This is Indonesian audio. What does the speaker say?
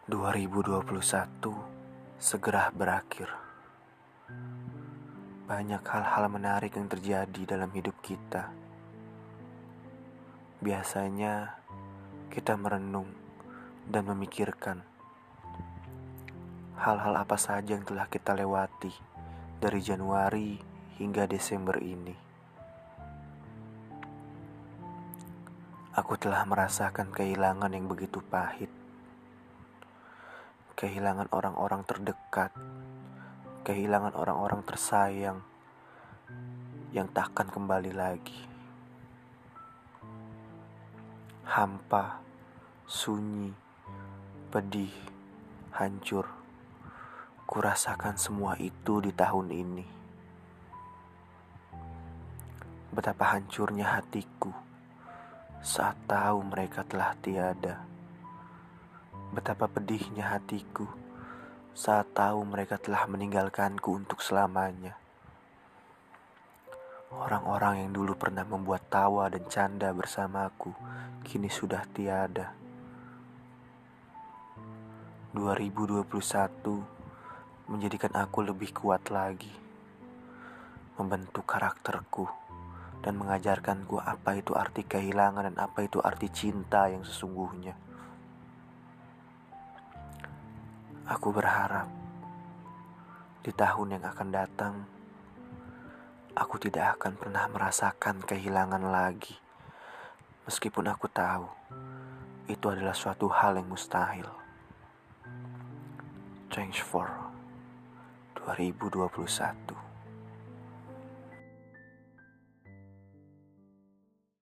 2021 segera berakhir. Banyak hal-hal menarik yang terjadi dalam hidup kita. Biasanya kita merenung dan memikirkan hal-hal apa saja yang telah kita lewati dari Januari hingga Desember ini. Aku telah merasakan kehilangan yang begitu pahit. Kehilangan orang-orang terdekat, kehilangan orang-orang tersayang yang takkan kembali lagi. Hampa, sunyi, pedih, hancur. Kurasakan semua itu di tahun ini. Betapa hancurnya hatiku saat tahu mereka telah tiada. Betapa pedihnya hatiku saat tahu mereka telah meninggalkanku untuk selamanya. Orang-orang yang dulu pernah membuat tawa dan canda bersamaku kini sudah tiada. 2021 menjadikan aku lebih kuat lagi, membentuk karakterku dan mengajarkanku apa itu arti kehilangan dan apa itu arti cinta yang sesungguhnya. Aku berharap di tahun yang akan datang, aku tidak akan pernah merasakan kehilangan lagi. Meskipun aku tahu itu adalah suatu hal yang mustahil. Thanks for 2021.